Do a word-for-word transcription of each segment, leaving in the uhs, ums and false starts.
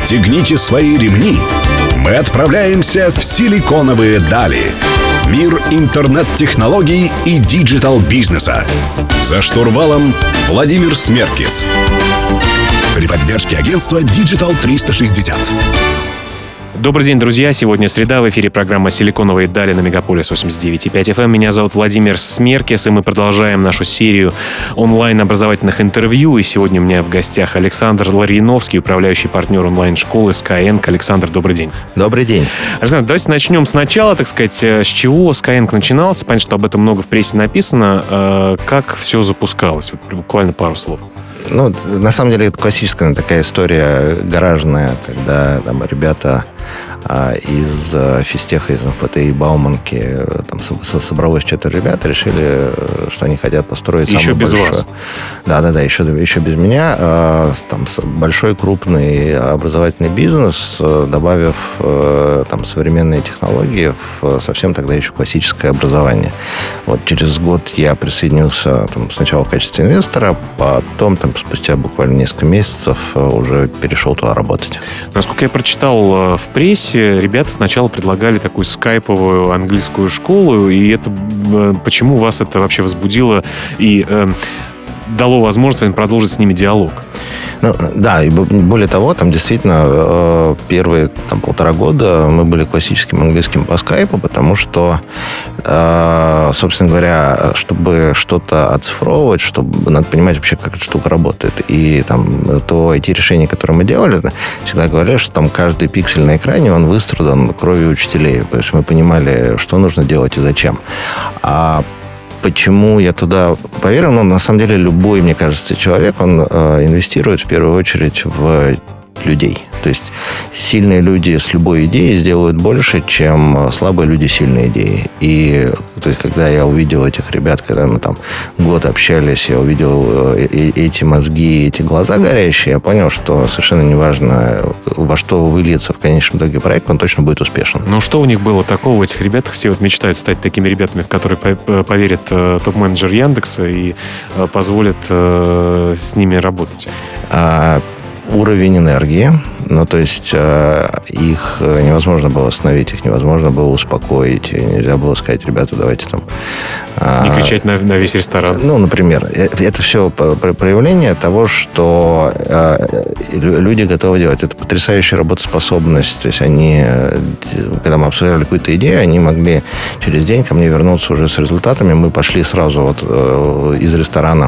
Расстегните свои ремни. Мы отправляемся в силиконовые дали. Мир интернет-технологий и диджитал-бизнеса. За штурвалом Владимир Смеркис. При поддержке агентства Digital триста шестьдесят. Добрый день, друзья. Сегодня среда. В эфире программа «Силиконовые дали» на Мегаполис восемьдесят девять и пять эф эм. Меня зовут Владимир Смеркис, и мы продолжаем нашу серию онлайн-образовательных интервью. И сегодня у меня в гостях Александр Ларионовский, управляющий партнер онлайн-школы Skyeng. Александр, добрый день. Добрый день. Александр, давайте начнем сначала, так сказать, с чего Skyeng начинался. Понятно, что об этом много в прессе написано. Как все запускалось? Вот буквально пару слов. Ну, на самом деле, это классическая такая история гаражная, когда там ребята а, из а, физтеха, из эм эф тэ и Бауманки, там со, собралось четыре ребята, решили, что они хотят построить еще самый без большой... вас. Да-да-да, еще, еще без меня. А, там большой, крупный образовательный бизнес, добавив а, там современные технологии в совсем тогда еще классическое образование. Вот через год я присоединился там, сначала в качестве инвестора, потом там спустя буквально несколько месяцев уже перешел туда работать. Насколько я прочитал в прессе, ребята сначала предлагали такую скайповую английскую школу, и это почему вас это вообще возбудило и э, дало возможность продолжить с ними диалог? Ну, да, и более того, там действительно первые там, полтора года мы были классическим английским по скайпу, потому что, собственно говоря, чтобы что-то оцифровывать, чтобы надо понимать вообще, как эта штука работает. И там то ай ти-решение, которое мы делали, всегда говорили, что там каждый пиксель на экране, он выстрадан кровью учителей. То есть мы понимали, что нужно делать и зачем. А почему я туда поверил? Ну, на самом деле, любой, мне кажется, человек, он э, инвестирует в первую очередь в людей. То есть сильные люди с любой идеей сделают больше, чем слабые люди с сильной идеей. И то есть, когда я увидел этих ребят, когда мы там год общались, я увидел эти мозги, эти глаза горящие, я понял, что совершенно неважно, во что выльется в конечном итоге проект, он точно будет успешен. Ну, что у них было такого в этих ребятах? Все вот мечтают стать такими ребятами, в которые поверит топ-менеджер Яндекса и позволит с ними работать. А, уровень энергии. Ну, то есть э, их невозможно было остановить, их невозможно было успокоить. Нельзя было сказать, ребята, давайте там... Э, Не кричать на, на весь ресторан. Ну, например. Это все проявление того, что э, люди готовы делать. Это потрясающая работоспособность. То есть они, когда мы обсуждали какую-то идею, они могли через день ко мне вернуться уже с результатами. Мы пошли сразу вот э, из ресторана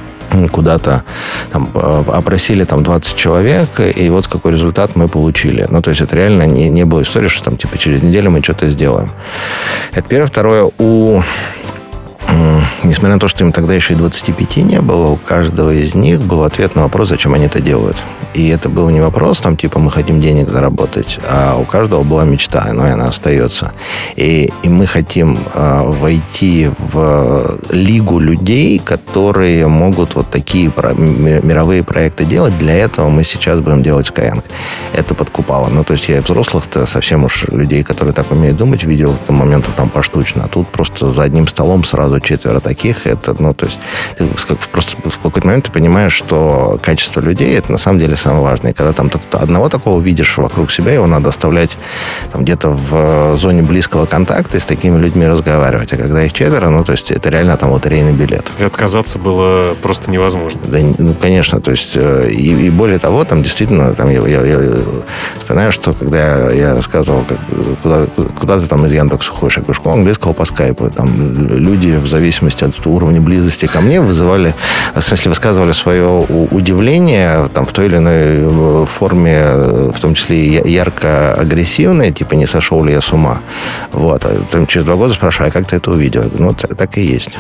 куда-то там, опросили там двадцать человек, и вот какой результат мы получили. Ну, то есть это реально не, не было истории, что там типа через неделю мы что-то сделаем. Это первое. Второе, у... Несмотря на то, что им тогда еще и двадцати пяти не было, у каждого из них был ответ на вопрос, зачем они это делают. И это был не вопрос, там, типа, мы хотим денег заработать, а у каждого была мечта, но и она остается. И, и мы хотим э, войти в лигу людей, которые могут вот такие про- мировые проекты делать. Для этого мы сейчас будем делать Skyeng. Это под куполом. Ну, то есть я и взрослых-то совсем уж людей, которые так умеют думать, видел к тому моменту там поштучно. А тут просто за одним столом сразу четверо таких. Это, ну, то есть ты просто в какой-то момент ты понимаешь, что качество людей это на самом деле самое важное. И когда там одного такого видишь вокруг себя, его надо оставлять там, где-то в зоне близкого контакта и с такими людьми разговаривать. А когда их четверо, ну, то есть это реально там лотерейный билет. И отказаться было просто невозможно. Да, ну, конечно. То есть, и, и более того, там действительно, там, я, я, я вспоминаю, что когда я рассказывал, как, куда, куда ты там из Яндекса ходишь, я говорю, школа английского по скайпу. Там люди в зависимости от уровня близости ко мне вызывали, в смысле, высказывали свое удивление там, в той или иной форме, в том числе и ярко-агрессивной, типа, не сошел ли я с ума. Вот. А там через два года спрашиваю, а как ты это увидел? Ну, так, так и есть.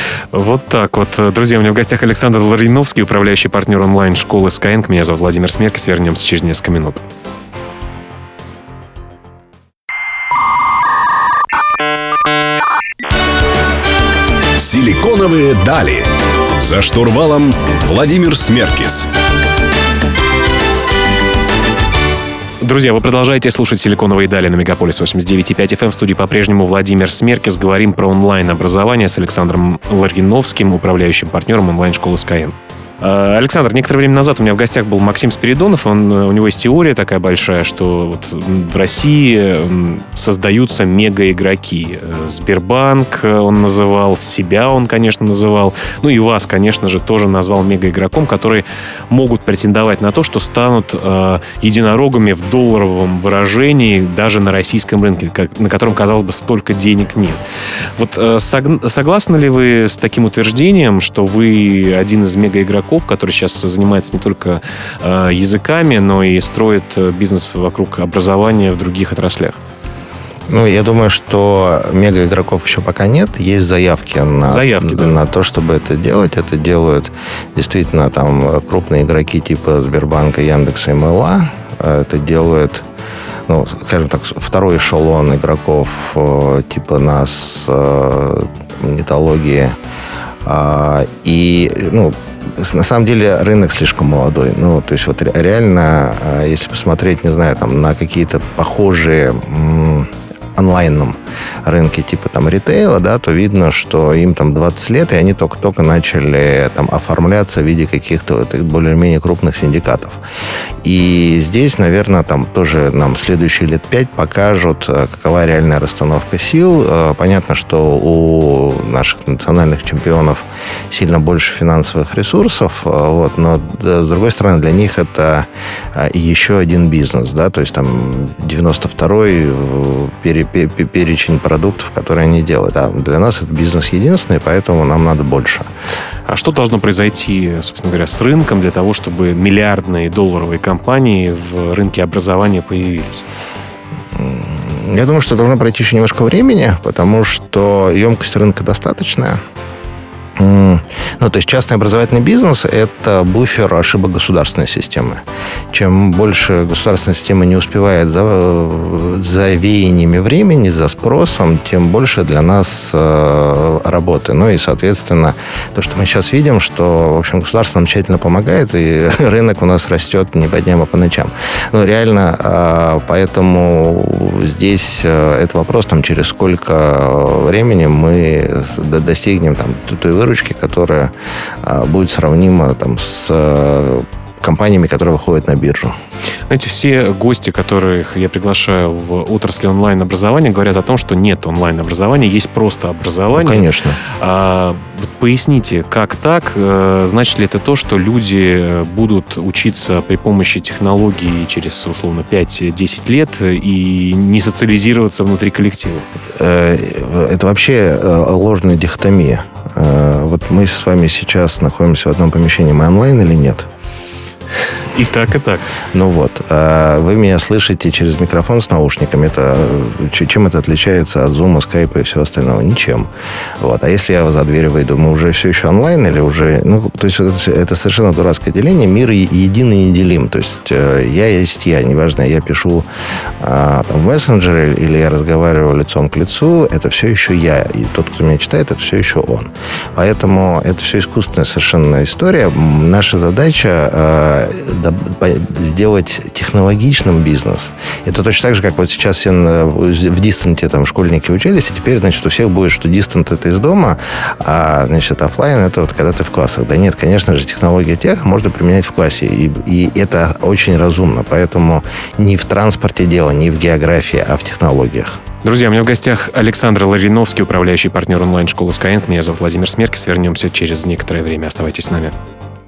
Вот так вот. Друзья, у меня в гостях Александр Ларионовский, управляющий партнер онлайн-школы Skyeng. Меня зовут Владимир Смеркис. Вернемся через несколько минут. Силиконовые дали. За штурвалом Владимир Смеркис. Друзья, вы продолжаете слушать «Силиконовые дали» на Мегаполис восемьдесят девять и пять эф эм. В студии по-прежнему Владимир Смеркис. Говорим про онлайн-образование с Александром Ларионовским, управляющим партнером онлайн-школы Skyeng. Александр, некоторое время назад у меня в гостях был Максим Спиридонов. Он, у него есть теория такая большая, что вот в России создаются мегаигроки. Сбербанк он называл, себя он, конечно, называл. Ну и вас, конечно же, тоже назвал мегаигроком, которые могут претендовать на то, что станут э, единорогами в долларовом выражении даже на российском рынке, как, на котором, казалось бы, столько денег нет. Вот э, сог, согласны ли вы с таким утверждением, что вы один из мегаигроков, который сейчас занимается не только э, языками, но и строит бизнес вокруг образования в других отраслях? Ну, я думаю, что мегаигроков еще пока нет. Есть заявки на, заявки, да. на то, чтобы это делать. Это делают действительно там крупные игроки типа Сбербанка, Яндекса и Мэйла. Это делают, ну, скажем так, второй эшелон игроков типа нас, Нетологии. И, ну, на самом деле рынок слишком молодой. Ну, то есть вот реально, если посмотреть, не знаю, там на какие-то похожие онлайном рынке типа там ритейла, да, то видно, что им там двадцать лет, и они только-только начали там оформляться в виде каких-то вот более-менее крупных синдикатов. И здесь, наверное, там тоже нам следующие лет пять покажут, какова реальная расстановка сил. Понятно, что у наших национальных чемпионов сильно больше финансовых ресурсов, вот, но с другой стороны, для них это еще один бизнес, да, то есть там девяносто второй пере, пере, перечень продуктов, которые они делают. А для нас это бизнес единственный, поэтому нам надо больше. А что должно произойти, собственно говоря, с рынком для того, чтобы миллиардные долларовые компании в рынке образования появились? Я думаю, что должно пройти еще немножко времени, потому что емкость рынка достаточная. Ну, то есть частный образовательный бизнес – это буфер ошибок государственной системы. Чем больше государственная система не успевает за, за веяниями времени, за спросом, тем больше для нас э, работы. Ну и, соответственно, то, что мы сейчас видим, что, в общем, государство нам тщательно помогает, и рынок у нас растет не по дням, а по ночам. Ну, реально, э, поэтому здесь э, это вопрос, там, через сколько времени мы достигнем там, той выручки, которая а, будет сравнима там, с а, компаниями, которые выходят на биржу. Знаете, все гости, которых я приглашаю в отрасли онлайн-образования, говорят о том, что нет онлайн-образования, есть просто образование. Ну, конечно. А, вот поясните, как так? Значит ли это то, что люди будут учиться при помощи технологий через, условно, пять-десять лет и не социализироваться внутри коллектива? Это вообще ложная дихотомия. Вот мы с вами сейчас находимся в одном помещении. Мы онлайн или нет? И так, и так. Ну вот. Вы меня слышите через микрофон с наушниками. Это, чем это отличается от Zoom, Skype и всего остального? Ничем. Вот. А если я за дверь выйду, мы уже все еще онлайн или уже... Ну, то есть это, это совершенно дурацкое деление. Мир един и неделим. То есть я есть я. Неважно, я пишу там, в мессенджере или я разговариваю лицом к лицу. Это все еще я. И тот, кто меня читает, это все еще он. Поэтому это все искусственная совершенно история. Наша задача сделать технологичным бизнес. Это точно так же, как вот сейчас все в дистанте там школьники учились, и теперь, значит, у всех будет, что дистант это из дома, а, значит, офлайн это вот когда ты в классах. Да нет, конечно же, технология тех можно применять в классе, и, и это очень разумно. Поэтому не в транспорте дело, не в географии, а в технологиях. Друзья, у меня в гостях Александр Лариновский, управляющий партнер онлайн-школы Skyeng. Меня зовут Владимир Смеркис. Вернемся через некоторое время. Оставайтесь с нами.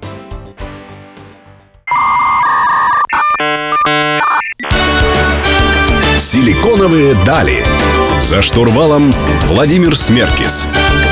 Силиконовые дали. За штурвалом Владимир Смеркис.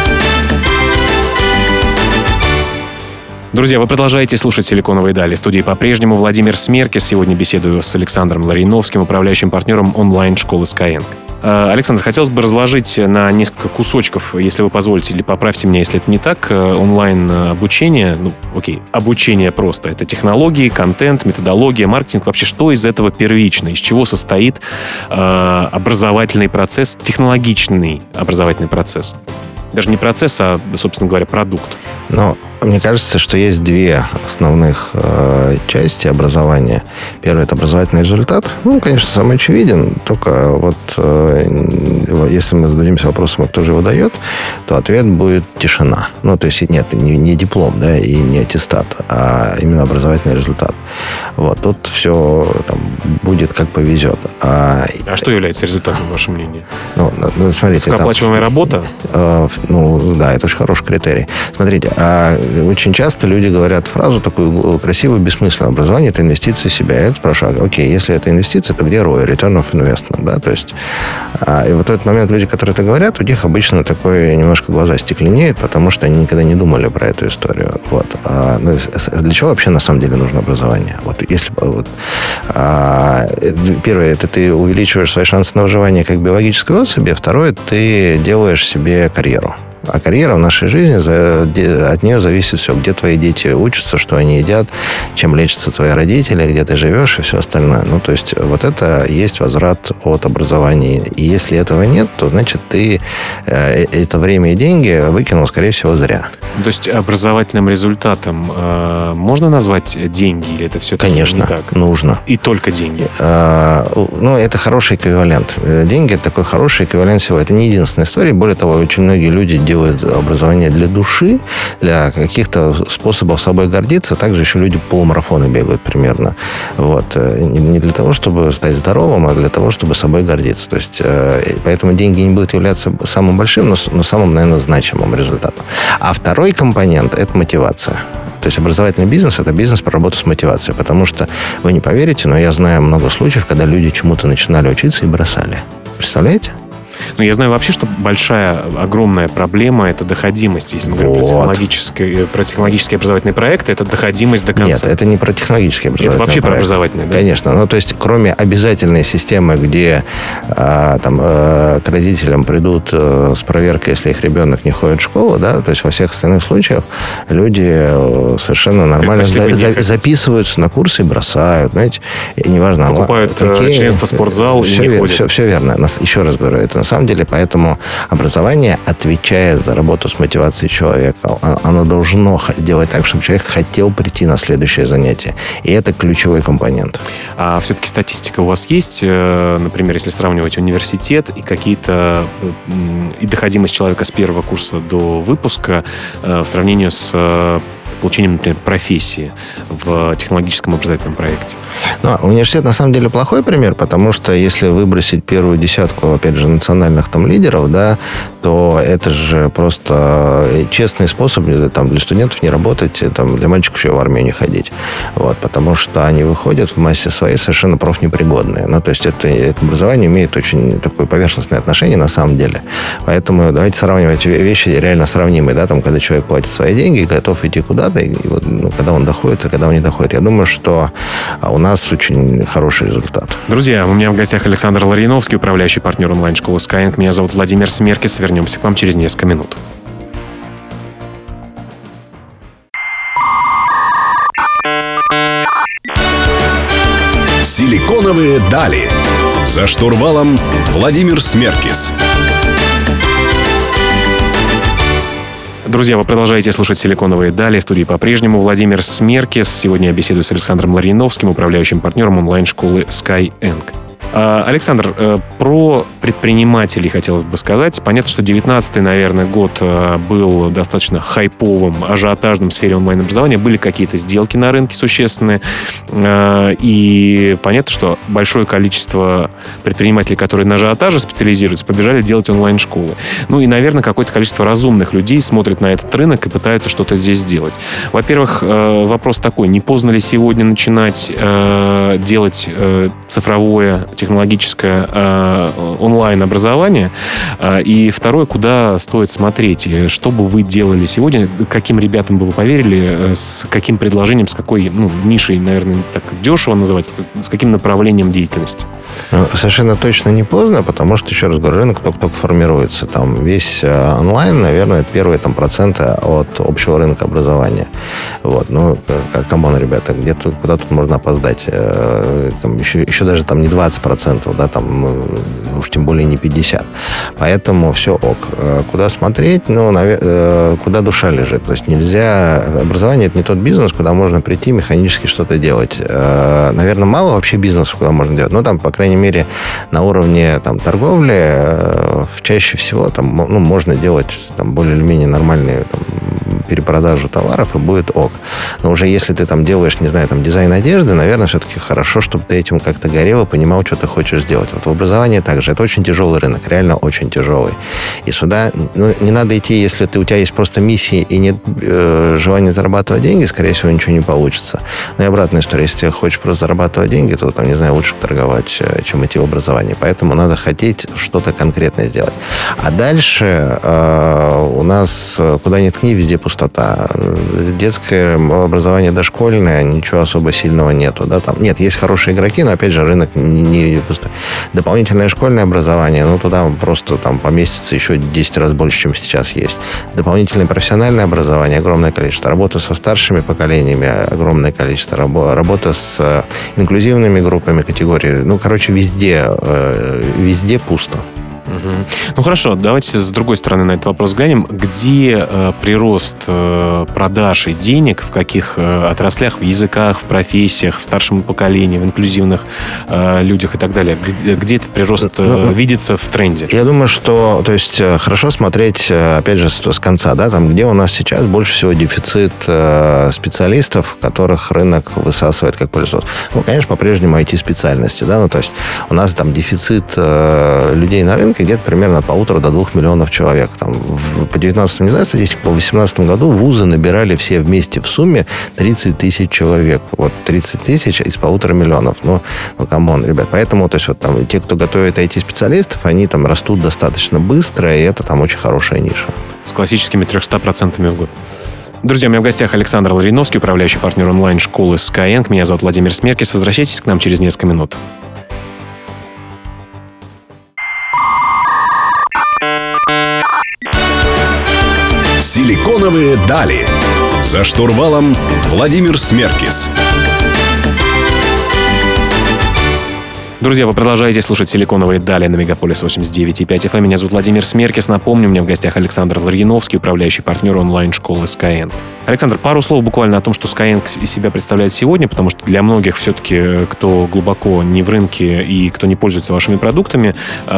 Друзья, вы продолжаете слушать «Силиконовые дали». В студии по-прежнему Владимир Смеркис. Сегодня беседую с Александром Лариновским, управляющим партнером онлайн-школы Skyeng. Александр, хотелось бы разложить на несколько кусочков, если вы позволите, или поправьте меня, если это не так, онлайн-обучение. Ну, окей, обучение просто. Это технологии, контент, методология, маркетинг. Вообще, что из этого первично? Из чего состоит э, образовательный процесс, технологичный образовательный процесс? Даже не процесс, а, собственно говоря, продукт. Но мне кажется, что есть две основных э, части образования. Первое – это образовательный результат. Ну, конечно, самый очевиден. Только вот э, если мы зададимся вопросом, а кто же его дает, то ответ будет тишина. Ну, то есть нет, не, не диплом, да, и не аттестат, а именно образовательный результат. Вот, тут все там будет как повезет. А, а что является результатом, в вашем мнении? Ну, ну смотрите. Высокооплачиваемая работа? Э, ну, да, это очень хороший критерий. Смотрите, а очень часто люди говорят фразу такую красивую, бессмысленную. Образование – это инвестиция в себя. Я спрашиваю, окей, если это инвестиция, то где эр о ай, return of investment, да, то есть, а, и вот в этот момент люди, которые это говорят, у них обычно такое немножко глаза стекленеют, потому что они никогда не думали про эту историю, вот. А, ну, для чего вообще на самом деле нужно образование? Вот, если, вот, а, первое, это ты увеличиваешь свои шансы на выживание как биологической особи, второе, ты делаешь себе карьеру. А карьера в нашей жизни, от нее зависит все. Где твои дети учатся, что они едят, чем лечатся твои родители, где ты живешь и все остальное. Ну, то есть, вот это есть возврат от образования. И если этого нет, то, значит, ты это время и деньги выкинул, скорее всего, зря. То есть, образовательным результатом э, можно назвать деньги? Или это все-таки Конечно, не так? Нужно. И только деньги? Э, ну, это хороший эквивалент. Деньги – это такой хороший эквивалент всего. Это не единственная история. Более того, очень многие люди делают образование для души, для каких-то способов собой гордиться. Также еще люди полумарафоны бегают примерно. Вот. Не для того, чтобы стать здоровым, а для того, чтобы собой гордиться. То есть, поэтому деньги не будут являться самым большим, но, но самым, наверное, значимым результатом. А второй компонент – это мотивация. То есть образовательный бизнес – это бизнес по работе с мотивацией. Потому что, вы не поверите, но я знаю много случаев, когда люди чему-то начинали учиться и бросали. Представляете? Ну, я знаю вообще, что большая, огромная проблема – это доходимость. Если мы вот. говорим про технологические, про технологические образовательные проекты, это доходимость до конца. Нет, это не про технологические образовательные Это вообще проекты. про образовательные, да? Конечно. Ну, то есть, кроме обязательной системы, где а, там, а, к родителям придут а, с проверкой, если их ребенок не ходит в школу, да, то есть во всех остальных случаях люди совершенно нормально за, за, записываются на курсы и бросают, знаете, и неважно. Покупают окей, членство в спортзал все, и не ходят. Все, все верно. Еще раз говорю, это на самом деле, поэтому образование отвечает за работу с мотивацией человека. Оно должно делать так, чтобы человек хотел прийти на следующее занятие. И это ключевой компонент. А все-таки статистика у вас есть? Например, если сравнивать университет и какие-то... и доходимость человека с первого курса до выпуска в сравнении с получением, например, профессии в технологическом образовательном проекте? Ну, университет, на самом деле, плохой пример, потому что если выбросить первую десятку, опять же, национальных там лидеров, да, то это же просто честный способ там, для студентов не работать, там, для мальчиков еще в армию не ходить. Вот, потому что они выходят в массе своей совершенно профнепригодные. Ну, то есть это, это образование имеет очень такое поверхностное отношение на самом деле. Поэтому давайте сравнивать вещи реально сравнимые, да, там, когда человек платит свои деньги, готов идти куда-то, и вот, ну, когда он доходит, и когда он не доходит. Я думаю, что у нас очень хороший результат. Друзья, у меня в гостях Александр Лариновский, управляющий партнер онлайн-школы Skyeng. Меня зовут Владимир Смеркис. Вернемся к вам через несколько минут. Силиконовые дали. За штурвалом Владимир Смеркис. Друзья, вы продолжаете слушать «Силиконовые дали». В студии по-прежнему Владимир Смеркис. Сегодня я беседую с Александром Лариновским, управляющим партнером онлайн-школы Skyeng. Александр, про предпринимателей хотелось бы сказать. Понятно, что девятнадцатый, наверное, год был достаточно хайповым, ажиотажным в сфере онлайн-образования. Были какие-то сделки на рынке существенные. И понятно, что большое количество предпринимателей, которые на ажиотаже специализируются, побежали делать онлайн-школы. Ну и, наверное, какое-то количество разумных людей смотрят на этот рынок и пытаются что-то здесь сделать. Во-первых, вопрос такой. Не поздно ли сегодня начинать делать цифровое технологическое э, онлайн-образование. Э, и второе, куда стоит смотреть? Что бы вы делали сегодня? Каким ребятам бы вы поверили? С каким предложением, с какой ну, нишей, наверное, так дешево называть, с каким направлением деятельности? Ну, совершенно точно не поздно, потому что, еще раз говорю, рынок только-только формируется. Там весь э, онлайн, наверное, первые там, проценты от общего рынка образования. Вот. Ну, камон, ребята, где тут, куда тут можно опоздать? Э, там, еще, еще даже там не двадцать процентов процентов, да, там, уж тем более не пятьдесят процентов. Поэтому все ок. Куда смотреть? Ну, навер... куда душа лежит. То есть нельзя... Образование — это не тот бизнес, куда можно прийти механически что-то делать. Наверное, мало вообще бизнесов, куда можно делать. Ну, там, по крайней мере, на уровне там, торговли чаще всего там, ну, можно делать там, более или менее нормальные там, перепродажу товаров, и будет ок. Но уже если ты там делаешь, не знаю, там дизайн одежды, наверное, все-таки хорошо, чтобы ты этим как-то горел и понимал, что ты хочешь сделать. Вот в образовании также. Это очень тяжелый рынок, реально очень тяжелый. И сюда ну, не надо идти, если ты, у тебя есть просто миссия и нет э, желания зарабатывать деньги, скорее всего, ничего не получится. Но и обратная история. Если ты хочешь просто зарабатывать деньги, то, там, не знаю, лучше торговать, чем идти в образование. Поэтому надо хотеть что-то конкретное сделать. А дальше э, у нас, куда ни ткни, везде пустота. Детское образование дошкольное, ничего особо сильного нету. Да? Там, нет, есть хорошие игроки, но, опять же, рынок не, не пустой. Дополнительное школьное образование, ну, туда просто там поместится еще десять раз больше, чем сейчас есть. Дополнительное профессиональное образование, огромное количество. Работа со старшими поколениями, огромное количество. Работа с инклюзивными группами, категории. Ну, короче, везде, везде пусто. Угу. Ну хорошо, давайте с другой стороны на этот вопрос глянем. Где э, прирост э, продаж и денег, в каких э, отраслях, в языках, в профессиях, в старшем поколении, в инклюзивных э, людях и так далее? Где, где этот прирост э, ну, видится в тренде? Я думаю, что то есть, хорошо смотреть, опять же, с, с конца, да, там, где у нас сейчас больше всего дефицит э, специалистов, которых рынок высасывает как пылесос. Ну, конечно, по-прежнему ай ти-специальности, да, ну, то есть у нас там дефицит э, людей на рынке где-то примерно от полутора до двух миллионов человек. Там, в, по девятнадцатому, не знаю, статистику, по восемнадцатому году вузы набирали все вместе в сумме тридцать тысяч человек. Вот тридцать тысяч из полутора миллионов. Ну, ну, камон, ребят. Поэтому, то есть, вот там, те, кто готовит ай ти-специалистов, они там растут достаточно быстро, и это там очень хорошая ниша. С классическими тремястами процентами в год. Друзья, у меня в гостях Александр Лариновский, управляющий партнер онлайн-школы Skyeng. Меня зовут Владимир Смеркис. Возвращайтесь к нам через несколько минут. Силиконовые дали. За штурвалом Владимир Смеркис. Друзья, вы продолжаете слушать «Силиконовые дали» на Мегаполис восемьдесят девять и пять эф эм. Меня зовут Владимир Смеркис. Напомню, у меня в гостях Александр Лариновский, управляющий партнер онлайн-школы Skyeng. Александр, пару слов буквально о том, что Skyeng из себя представляет сегодня, потому что для многих все-таки, кто глубоко не в рынке и кто не пользуется вашими продуктами,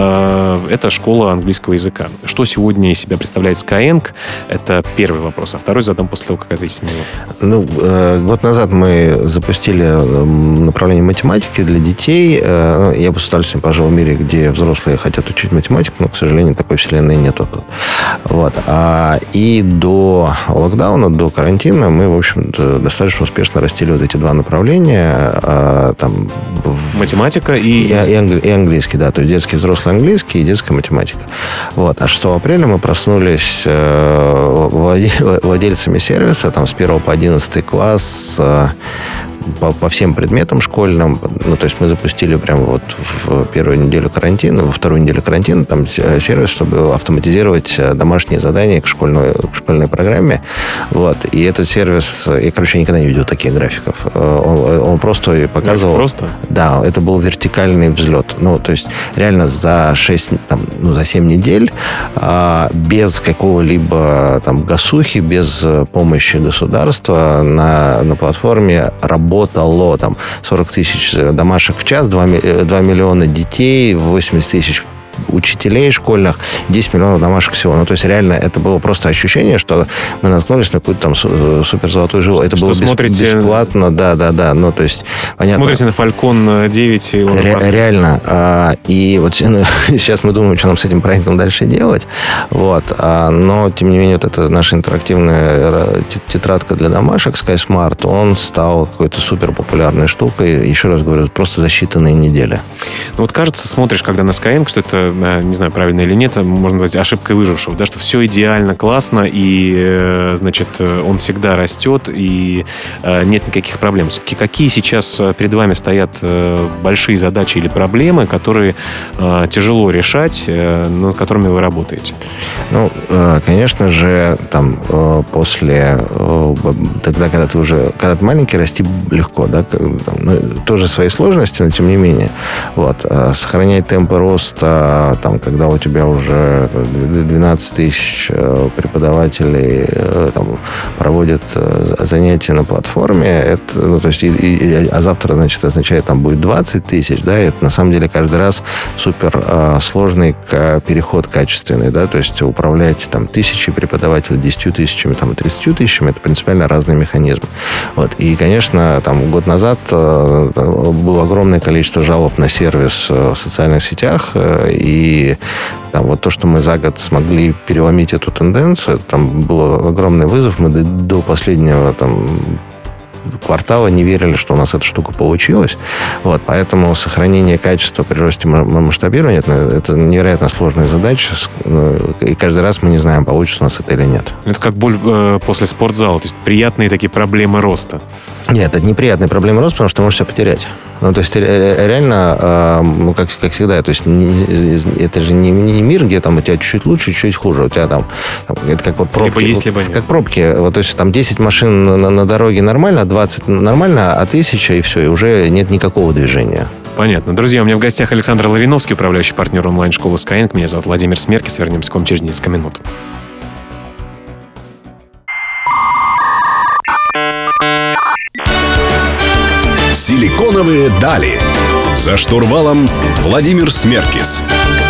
это школа английского языка. Что сегодня из себя представляет Skyeng? Это первый вопрос. А второй задам после того, как ответить на него. Ну, год назад мы запустили направление математики для детей. Я бы с удовольствием пожил в мире, где взрослые хотят учить математику, но, к сожалению, такой вселенной нету. Вот. А, и до локдауна, до карантина мы, в общем-то, достаточно успешно растили вот эти два направления. А, там, математика и... И, и, англи... и английский, да. То есть детский, взрослый английский и детская математика. Вот. А шестого апреля мы проснулись э, владельцами сервиса, там, с первого по одиннадцатый класс, э, По, по всем предметам школьным. Ну, то есть мы запустили прямо вот в первую неделю карантина, во вторую неделю карантина там сервис, чтобы автоматизировать домашние задания к школьной, к школьной программе. Вот. И этот сервис, я, короче, никогда не видел таких графиков. Он, он просто показывал... Просто? Да, это был вертикальный взлет. Ну, то есть реально за шесть, там, ну, за семь недель а, без какого-либо там гасухи, без помощи государства на, на платформе работали работало там сорок тысяч домашек в час, два миллиона детей, восемьдесят тысяч учителей школьных, десять миллионов домашек всего. Ну, то есть, реально, это было просто ощущение, что мы наткнулись на какую-то там суперзолотую жилу. Это что было смотрите... бесплатно, да, да, да. Ну, то есть, понятно. Смотрите на Falcon девять и Ре- Реально. А, и вот ну, сейчас мы думаем, что нам с этим проектом дальше делать. Вот. А, но, тем не менее, вот эта наша интерактивная тетрадка для домашек SkySmart, он стал какой-то супер популярной штукой. Еще раз говорю, просто за считанные недели. Ну, вот кажется, смотришь, когда на Skyeng, что это не знаю, правильно или нет, можно сказать, ошибкой выжившего, да, что все идеально, классно, и, значит, он всегда растет, и нет никаких проблем. Все-таки какие сейчас перед вами стоят большие задачи или проблемы, которые тяжело решать, над которыми вы работаете? Ну, конечно же, там, после, тогда, когда ты уже, когда ты маленький, расти легко, да, там, ну, тоже свои сложности, но тем не менее. Вот. Сохранять темпы роста, там, когда у тебя уже двенадцать тысяч преподавателей там, проводят занятия на платформе, это, ну, то есть, и, и, а завтра, значит, означает, там будет двадцать тысяч, да, и это на самом деле каждый раз супер а, сложный к, переход качественный, да, то есть управлять там тысячей преподавателей, десятью тысячами, там, и тридцатью тысячами, это принципиально разные механизмы. Вот. И, конечно, там год назад э, было огромное количество жалоб на сервис в социальных сетях, э, и там, вот то, что мы за год смогли переломить эту тенденцию, там был огромный вызов, мы до, до последнего там квартала не верили, что у нас эта штука получилась. Вот, поэтому сохранение качества при росте масштабирования это, это невероятно сложная задача. И каждый раз мы не знаем, получится у нас это или нет. Это как боль э, после спортзала, то есть приятные такие проблемы роста. Нет, это неприятные проблемы роста, потому что ты можешь все потерять. Ну, то есть реально, ну, как, как всегда, то есть это же не, не мир, где там у тебя чуть-чуть лучше, чуть-чуть хуже. У тебя там, там это как вот пробки. Либо есть, либо нет. Как пробки. Вот, то есть там десять машин на, на дороге нормально, двадцать нормально, а тысяча и все, и уже нет никакого движения. Понятно. Друзья, у меня в гостях Александр Лариновский, управляющий партнер онлайн-школы Skyeng. Меня зовут Владимир Смеркис. Вернемся к вам через несколько минут. Силиконовые дали. За штурвалом Владимир Смеркис.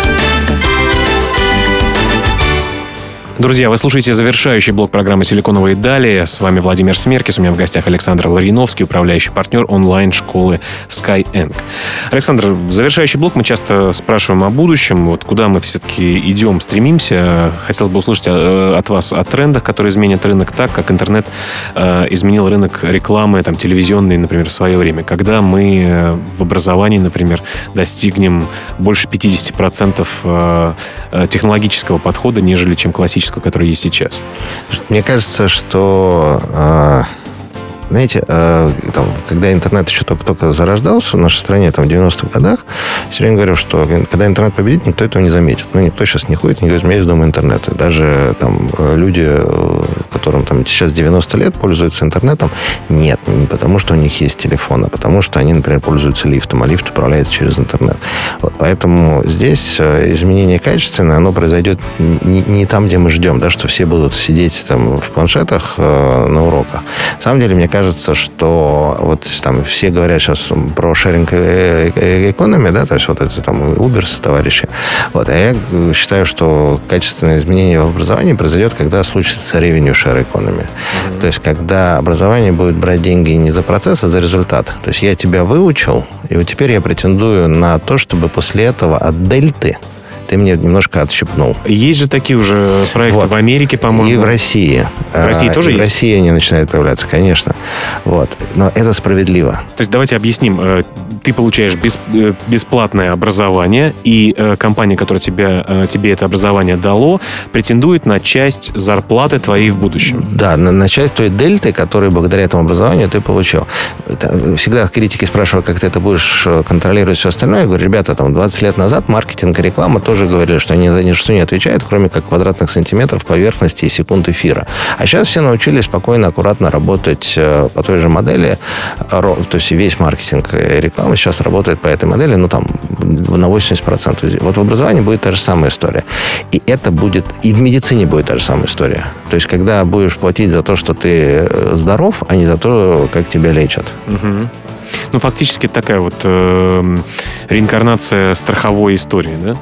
Друзья, вы слушаете завершающий блок программы «Силиконовые дали». С вами Владимир Смеркис. У меня в гостях Александр Лариновский, управляющий партнер онлайн-школы Skyeng. Александр, в завершающий блок мы часто спрашиваем о будущем. Вот куда мы все-таки идем, стремимся. Хотелось бы услышать от вас о трендах, которые изменят рынок так, как интернет изменил рынок рекламы, там, телевизионной, например, в свое время. Когда мы в образовании, например, достигнем больше пятьдесят процентов технологического подхода, нежели чем классического, который есть сейчас? Мне кажется, что, э, знаете, э, там, когда интернет еще только-только зарождался в нашей стране, там, в девяностых годах, я все время говорю, что когда интернет победит, никто этого не заметит. Ну, никто сейчас не ходит, не говорит, у меня есть дома интернет. И даже там люди, которым там сейчас девяносто лет, пользуются интернетом, нет, не потому, что у них есть телефон, а потому, что они, например, пользуются лифтом, а лифт управляется через интернет. Вот, поэтому здесь изменение качественное, оно произойдет не, не там, где мы ждем, да, что все будут сидеть там в планшетах э, на уроках. На самом деле, мне кажется, что вот там все говорят сейчас про sharing economy, да, то есть вот это там Uber товарищи. Вот, а я считаю, что качественное изменение в образовании произойдет, когда случится revenue share economy. Mm-hmm. То есть когда образование будет брать деньги не за процесс, а за результат. То есть я тебя выучил, и вот теперь я претендую на то, чтобы после этого от дельты ты мне немножко отщипнул. Есть же такие уже проекты вот. В Америке, по-моему. И в России. В России а, тоже и есть? В России они начинают появляться, конечно. Вот. Но это справедливо. То есть давайте объясним. Ты получаешь бесп... бесплатное образование, и компания, которая тебя, тебе это образование дало, претендует на часть зарплаты твоей в будущем. Да, на, на часть той дельты, которую благодаря этому образованию ты получил. Всегда критики спрашивают, как ты это будешь контролировать все остальное. Я говорю, ребята, там двадцать лет назад маркетинг и реклама тоже говорили, что они за ничто не отвечают, кроме как квадратных сантиметров поверхности и секунд эфира. А сейчас все научились спокойно, аккуратно работать по той же модели. То есть весь маркетинг и реклама сейчас работает по этой модели, ну, там, на восемьдесят процентов. Вот в образовании будет та же самая история. И это будет... И в медицине будет та же самая история. То есть когда будешь платить за то, что ты здоров, а не за то, как тебя лечат. Угу. Ну, фактически такая вот э, реинкарнация страховой истории, да?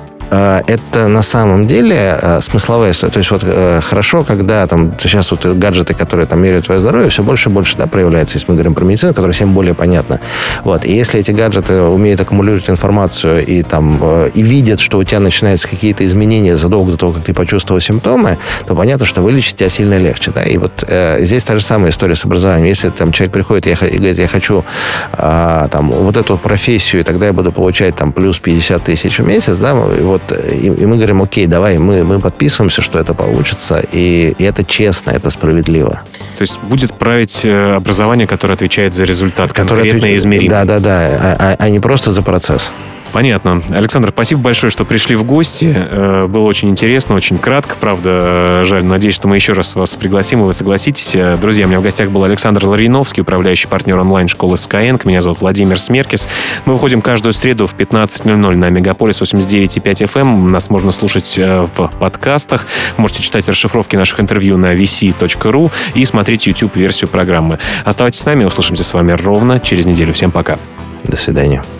Это на самом деле смысловая история. То есть вот хорошо, когда там сейчас вот гаджеты, которые там меряют твое здоровье, все больше и больше, да, проявляется, если мы говорим про медицину, которая всем более понятна. Вот. И если эти гаджеты умеют аккумулировать информацию и там и видят, что у тебя начинаются какие-то изменения задолго до того, как ты почувствовал симптомы, то понятно, что вылечить тебя сильно легче, да. И вот э, здесь та же самая история с образованием. Если там человек приходит и, и говорит, я хочу э, там вот эту вот профессию, и тогда я буду получать там плюс пятьдесят тысяч в месяц, да, вот вот, и, и мы говорим, окей, давай, мы, мы подписываемся, что это получится, и, и это честно, это справедливо. То есть будет править образование, которое отвечает за результат, конкретно отвеч... и измеримый. Да-да-да, а, а, а не просто за процесс. Понятно. Александр, спасибо большое, что пришли в гости. Было очень интересно, очень кратко, правда, жаль. Надеюсь, что мы еще раз вас пригласим, и вы согласитесь. Друзья, у меня в гостях был Александр Лариновский, управляющий партнер онлайн-школы Skyeng. Меня зовут Владимир Смеркис. Мы выходим каждую среду в пятнадцать ноль ноль на Мегаполис восемьдесят девять и пять эф эм. Нас можно слушать в подкастах. Можете читать расшифровки наших интервью на ви си точка ру и смотреть YouTube-версию программы. Оставайтесь с нами, услышимся с вами ровно через неделю. Всем пока. До свидания.